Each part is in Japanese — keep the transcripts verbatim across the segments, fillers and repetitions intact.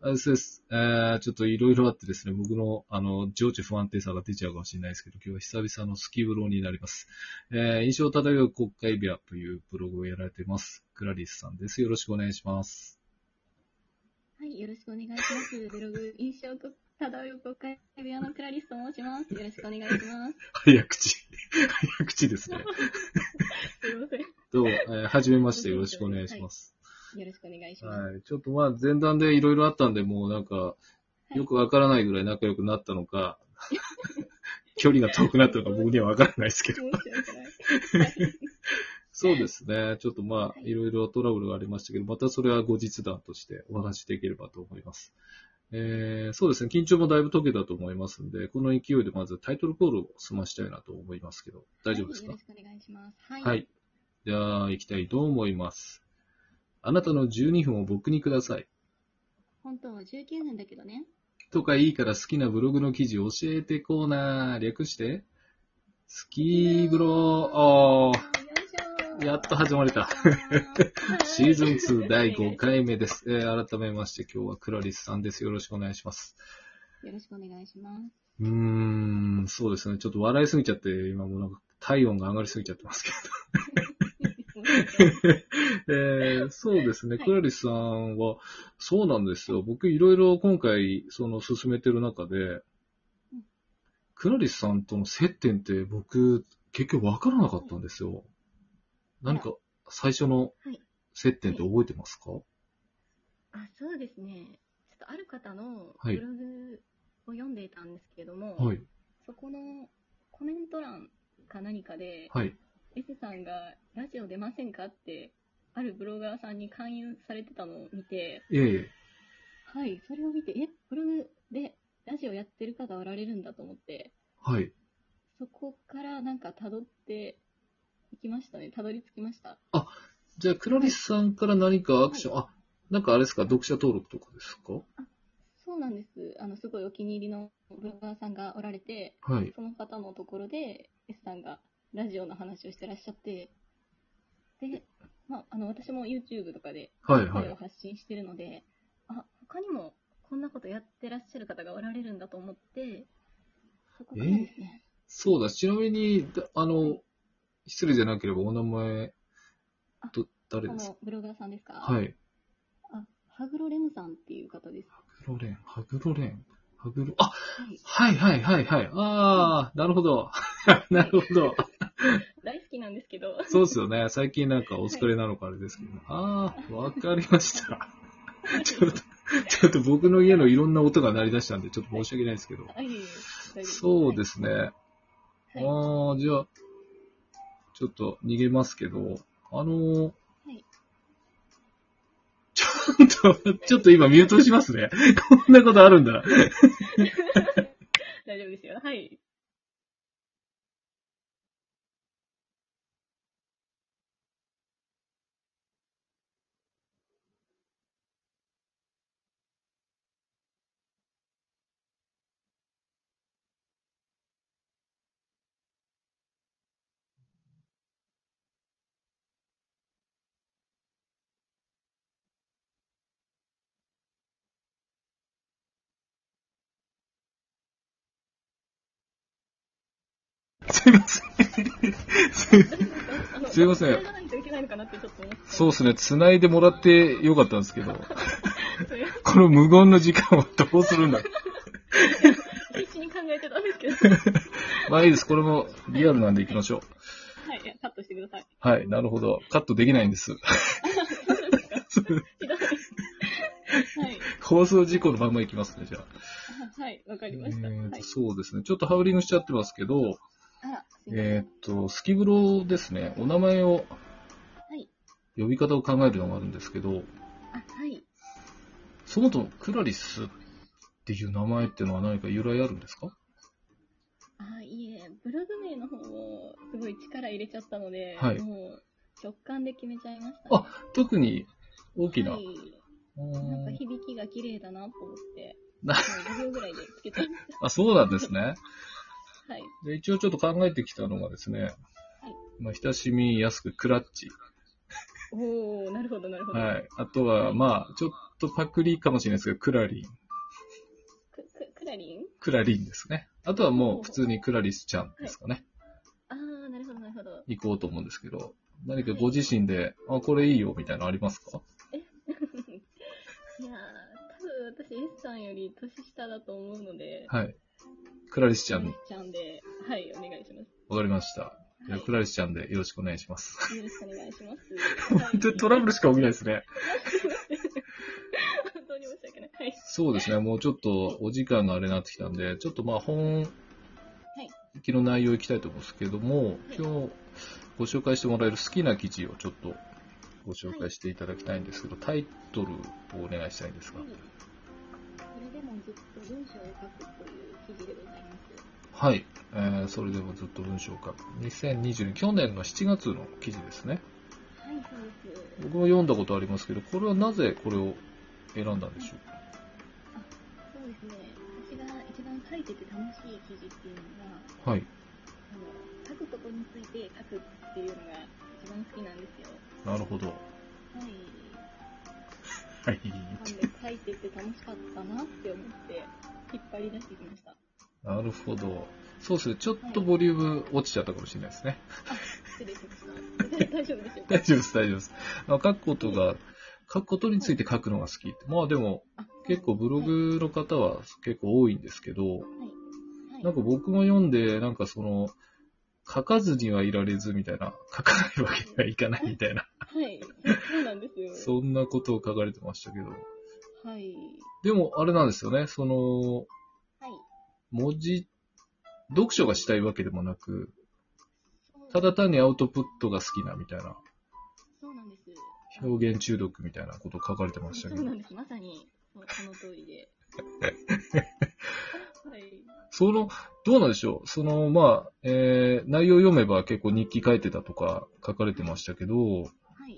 あそうです。えー、ちょっといろいろあってですね、僕の、あの、情緒不安定さが出ちゃうかもしれないですけど、今日は久々のスキブロになります。えー、印象漂う国会部屋というブログをやられています。クラリスさんです。よろしくお願いします。 はい、よろしくお願いします。ブログ、印象漂う国会部屋のクラリスと申します。よろしくお願いします。 早口。早口ですね。 すいません。 どうも、えー、はじめましてよろしくお願いします。 はい、よろしくお願いします。 はい。ちょっとまあ前段でいろいろあったんで、もうなんか、よくわからないぐらい仲良くなったのか、はい、距離が遠くなったのか僕にはわからないですけど。そうですね。ちょっとまあ、いろいろトラブルがありましたけど、またそれは後日談としてお話しできればと思います。えー、そうですね。緊張もだいぶ解けたと思いますんで、この勢いでまずタイトルコールを済ましたいなと思いますけど、大丈夫ですか？ はい、よろしくお願いします。はい。 はい。じゃあ、行きたいと思います。あなたのじゅうにふんを僕にください。 本当はじゅうきゅうふんだけどね。 とかいいから好きなブログの記事教えてコーナー、略して、スキーブロー、あー、やっと始まれた。シーズンツーだいごかいめです。えー、改めまして今日はクラリスさんです。よろしくお願いします。 よろしくお願いします。 うーん、そうですね。ちょっと笑いすぎちゃって、今もうなんか体温が上がりすぎちゃってますけど。えー、そうですね、はい、クラリスさんは、そうなんですよ。僕いろいろ今回、その進めてる中で、うん、クラリスさんとの接点って僕、結局わからなかったんですよ。はい、何か最初の接点って覚えてますか？はいはい、あ、そうですね。ちょっとある方のブログを読んでいたんですけども、はい、そこのコメント欄か何かで、はい、エセさんがラジオ出ませんかってあるブロガーさんに勧誘されてたのを見て、 ええ、 はい、それを見て、え、ブログでラジオやってる方おられるんだと思って、 はい、 そこからなんか辿っていきましたね。辿り着きました。 あ、じゃあクラリスさんから何かアクション、はい、あ、なんかあれですか、読者登録とかですか？ あ、そうなんです。あの、すごいお気に入りのブロガーさんがおられて、 はい、 その方のところで S さんがラジオの話をしてらっしゃって、で、まあ、あの、私も YouTube とかで声を発信してるので、はいはい、あ、他にもこんなことやってらっしゃる方がおられるんだと思って、そこからですね。 えー、そうだ、ちなみに、あの、はい、失礼じゃなければお名前、ど、誰ですか？ あの、ブロガーさんですか？ はい。 あ、ハグロレムさんっていう方です。 ハグロレン、ハグロレン、ハグロ、あ、はい、はいはいはいはい。ああ、なるほど。なるほど。 大好きなんですけど。 そうですよね。最近なんかお疲れなのかあれですけど。はい、ああ、わかりました。ちょっと、ちょっと僕の家のいろんな音が鳴り出したんで、ちょっと申し訳ないですけど。はい、そうですね。はい、ああ、じゃあ、ちょっと逃げますけど、あのー、はい、ちょっと、ちょっと今ミュートしますね。こんなことあるんだ。 大丈夫ですよ。はい。 すいません。すいません。そうですね。繋いでもらってよかったんですけど。この無言の時間はどうするんだ必死に考えてたんですけど。 まあいいです。これもリアルなんでいきましょう。はい、はい、カットしてください。 はい、なるほど。カットできないんです。はい。放送事故のままいきますね、じゃあ。はい、わかりました。 えーとはい、 そうですね。ちょっとハウリングしちゃってますけど、 あえっと、スキブロですね。お名前を、呼び方を考えるのがあるんですけど、 あ、はい。 そもそもクラリスっていう名前っていうのは何か由来あるんですか？ あ、いえ、ブログ名の方もすごい力入れちゃったので、はい、もう直感で決めちゃいました、ね。 あ、特に大きな。はい、 なんか響きが綺麗だなと思って、もうごびょうぐらいでつけちゃいました。 あ、そうなんですね。はい 。 で一応ちょっと考えてきたのがですね、はい、まあ、親しみやすくクラッチ。 おー、なるほど、なるほど。 はい。あとは、まあ、ちょっとパクリかもしれないですけど、クラリン。 く、く、クラリンクラリンですね。あとはもう普通にクラリスちゃんですかね。 はい、ああ、なるほど、なるほど。 行こうと思うんですけど、何かご自身で、はい、あ、これいいよみたいなのありますか？ えいやー、多分私 S さんより年下だと思うので、 はい。クラリスちゃん。 クラリスちゃんで、はい、お願いします。 わかりました。じゃあ、クラリスちゃんでよろしくお願いします。 よろしくお願いします。 本当にトラブルしか起きないですね。 本当に申し訳ない。はい。 そうですね、もうちょっとお時間があれになってきたんで、ちょっとまあ本、行きの内容いきたいと思うんですけども、はい、今日ご紹介してもらえる好きな記事をちょっとご紹介していただきたいんですけど、はい、タイトルをお願いしたいんですが。はい、 これでもずっと文章を書くという記事でございます。 はい、えー、それでもずっと文章を書く。にせんにじゅうに、去年のしちがつの記事ですね。 はい、そうです。 僕も読んだことありますけど、これはなぜこれを選んだんでしょうか？ あ、そうですね。私が一番書いてて楽しい記事っていうのが、 はい。 あの、書くことについて書くっていうのが一番好きなんですよ。 なるほど。はい。 はい。なんで書いてて楽しかったなって思って引っ張り出してきました。 なるほど。そうですね。ちょっとボリューム落ちちゃったかもしれないですね。 はい、あ、失礼しました。大丈夫でしょうか？ 大丈夫です、大丈夫です。書くことが、書くことについて書くのが好き。まあでも、結構ブログの方は結構多いんですけど、はいはい、なんか僕も読んで、なんかその、書かずにはいられずみたいな、書かないわけにはいかないみたいな。 はい、そうなんですよ。 そんなことを書かれてましたけど。 はい。 でも、あれなんですよね、その、はい、文字、読書がしたいわけでもなく、ただ単にアウトプットが好きなみたいな。 そうなんです。 表現中毒みたいなことを書かれてましたけど。 そうなんです。まさに、その通りで。はい。 その、どうなんでしょう。その、まあ、えー、内容を読めば結構日記書いてたとか書かれてましたけど、はい。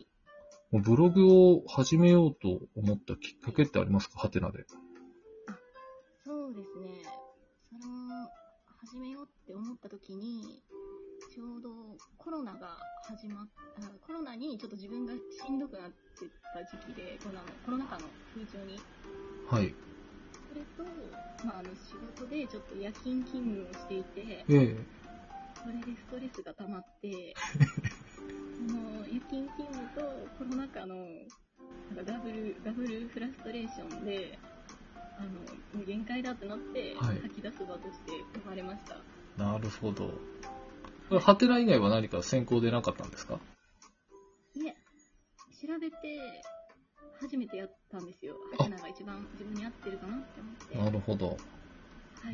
ブログを始めようと思ったきっかけってありますか？ハテナで。 あ、そうですね。その、始めようって思った時に、ちょうどコロナが始まっあコロナにちょっと自分がしんどくなってた時期で、コロナのコロナ禍の風潮に。 はい。 それと、まあ、あの仕事でちょっと夜勤勤務をしていて、ええ、 それでストレスが溜まって、その夜勤勤務とコロナ禍のなんかダブルダブルフラストレーションで、あのもう限界だってなって、はい、吐き出す場として生まれました。 なるほど。ハテナ以外は何か専攻でなかったんですか？ いえ、調べて初めてやったんですよ。ハテナが一番自分に合ってるかなって思って。 なるほど。はい。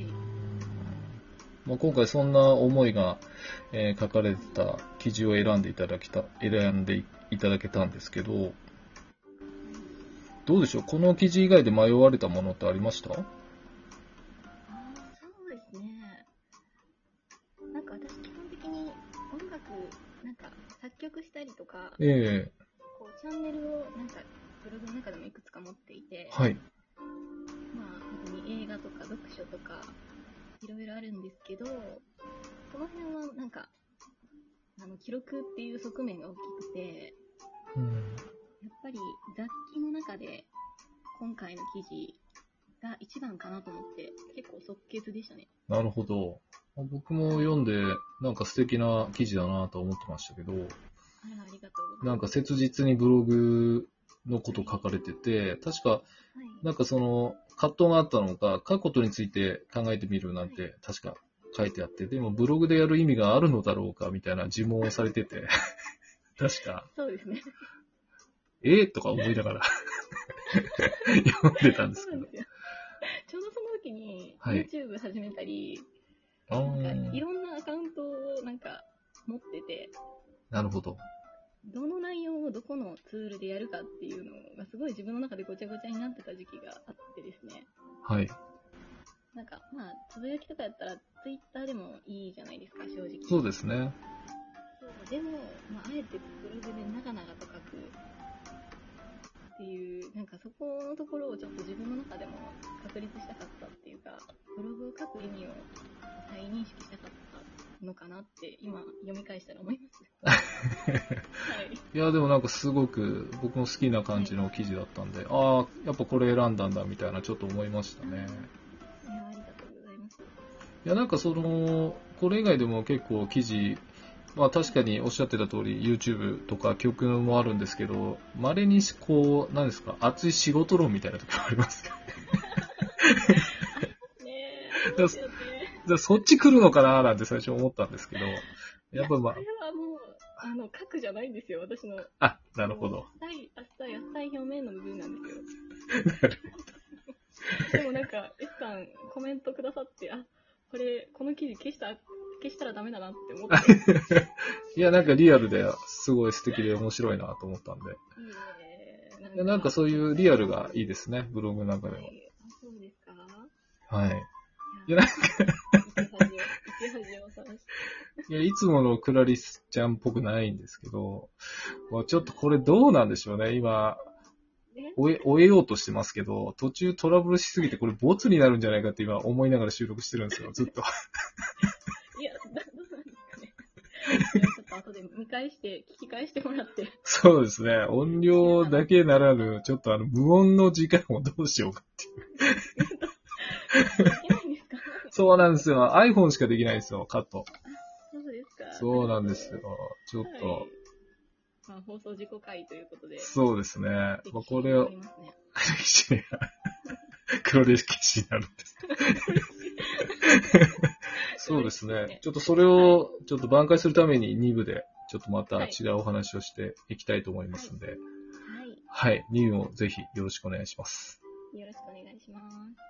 まあ、今回そんな思いが、えー、書かれた記事を選んでいただきた、選んでいただけたんですけど、どうでしょう？この記事以外で迷われたものってありました？ ああ、そうですね。なんか私基本的に音楽なんか作曲したりとか、ええー、こうチャンネルをなんかブログの中でもいくつか持っていて、はい。まあ本当に映画とか読書とかいろいろあるんですけど、その辺はなんかあの記録っていう側面が大きくて、うん、やっぱり雑記の中で今回の記事が一番かなと思って結構即決でしたね。 なるほど。僕も読んで、なんか素敵な記事だなと思ってましたけど、 あら、ありがとうございます。 なんか切実にブログのこと書かれてて、確か、なんかその、葛藤があったのか、書くことについて考えてみるなんて、確か書いてあって、でもブログでやる意味があるのだろうか、みたいな自問をされてて、確か。 そうですね。 ええー、とか思いながら読んでたんですけど。 ちょうどその時に YouTube 始めたり、はい、なんかいろんなアカウントをなんか持ってて、 なるほど。 どの内容をどこのツールでやるかっていうのがすごい自分の中でごちゃごちゃになってた時期があってですね。はい。なんかまあつぶやきとかやったら Twitter でもいいじゃないですか、正直。 そうですね。 そうでも、まあ、あえてブログで長々と書くっていう、なんかそこのところをちょっと自分の中でも確立したかったっていうか、ブログを書く意味を再認識したかったのかなって今読み返したら思います。はい。 いや、でもなんかすごく僕も好きな感じの記事だったんで、ああ、やっぱこれ選んだんだみたいなちょっと思いましたね。いや、 ありがとうございます。 いや、なんかその、これ以外でも結構記事、まあ確かにおっしゃってた通り YouTube とか曲もあるんですけど、稀にこう、何ですか、熱い仕事論みたいな時もありますよね。ねえ。だからそっち来るのかななんて最初思ったんですけど、やっぱまあ。 それはもう、あの、書くじゃないんですよ、私の。 あ、なるほど。 野菜、野菜表面の部分なんですよ。 なるほど。でもなんか、S さんコメントくださって、あ、これ、この記事消した、消したらダメだなって思って。 いや、なんかリアルですごい素敵で面白いなと思ったんで。いいね。なんか、なんかそういうリアルがいいですね、ブログなんかでも。はい、 あ、そうですか？ はい。いや、なんかいや、いつものクラリスちゃんっぽくないんですけど、まあ、ちょっとこれどうなんでしょうね、今。終え、終えようとしてますけど、途中トラブルしすぎてこれボツになるんじゃないかって今思いながら収録してるんですよ、ずっと。 いや、どうなんですかね。いや、ちょっと後で見返して、聞き返してもらって。 そうですね。音量だけならぬ、ちょっとあの、無音の時間をどうしようかっていう。できないんですか？そうなんですよ。iPhone しかできないんですよ、カット。 そうですか。 そうなんですよ。ちょっと。はい、 まあ、放送事故回ということで。 そうですね。まあ、これを、歴史に、黒歴史になるんです。そうですね。ちょっとそれを、ちょっと挽回するためにに部で、ちょっとまた違うお話をしていきたいと思いますんで。はい。はい。に部をぜひよろしくお願いします。 よろしくお願いします。